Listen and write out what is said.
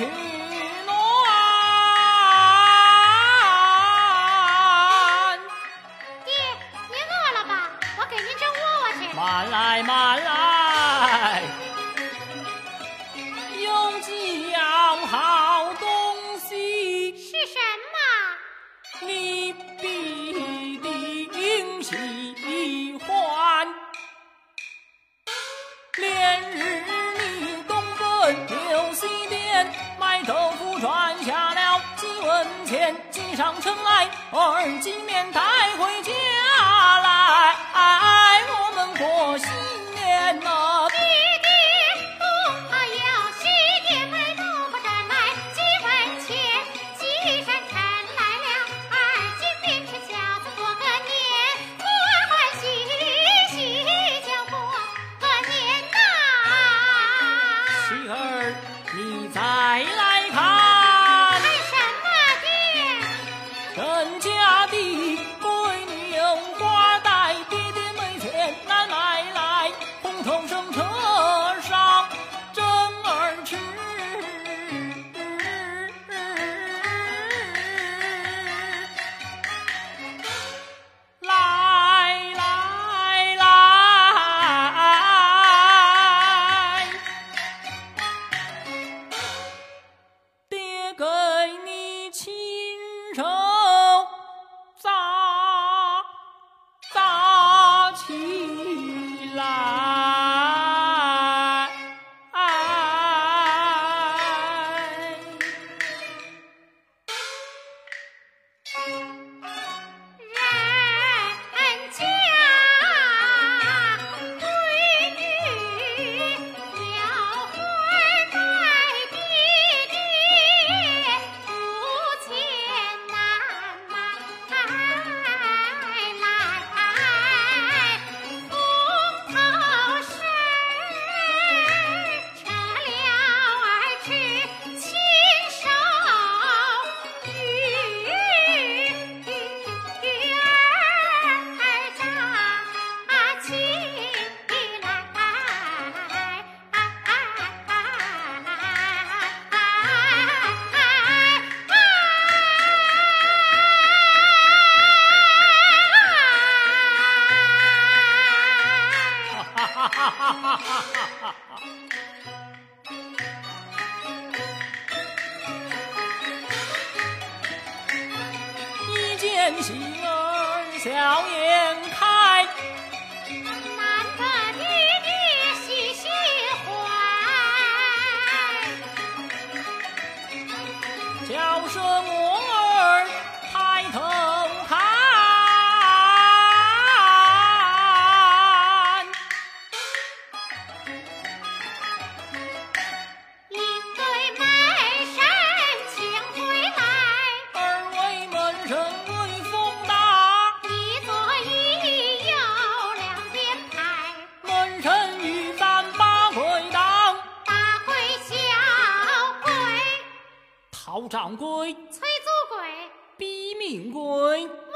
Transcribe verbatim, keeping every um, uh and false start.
取暖。 爹，您饿了吧？我给您蒸窝窝去。 慢来，慢来，有几样好东西是什么？ 你必定喜欢。连日你东奔牛西店，买豆腐赚下了几文钱，寄上城来，而今面带回家来，我们过新年呐。 弟弟，公他要西店买豆腐赚来几文钱，寄上城来了，而今便是饺子过个年，欢欢喜喜就过个年呐。 喜儿，你再来看， 看什么，爹？ 人家的闺女有花带，爹爹没钱难买来，红头生车上蒸儿吃。来来来，爹给你亲手砸砸起来。 人家闺女要还待爹爹，不钱难买来，红头绳扯了儿吃亲手育儿扎起来。 哈哈哈哈哈哈！一见喜儿笑颜开， 难得爹爹喜喜怀， 叫声我儿抬头看。 领队门神请回来， 二位门神威风大， 一左一右两边排， 门神与咱把鬼当， 大鬼小鬼， 讨掌柜催租鬼， 逼命鬼。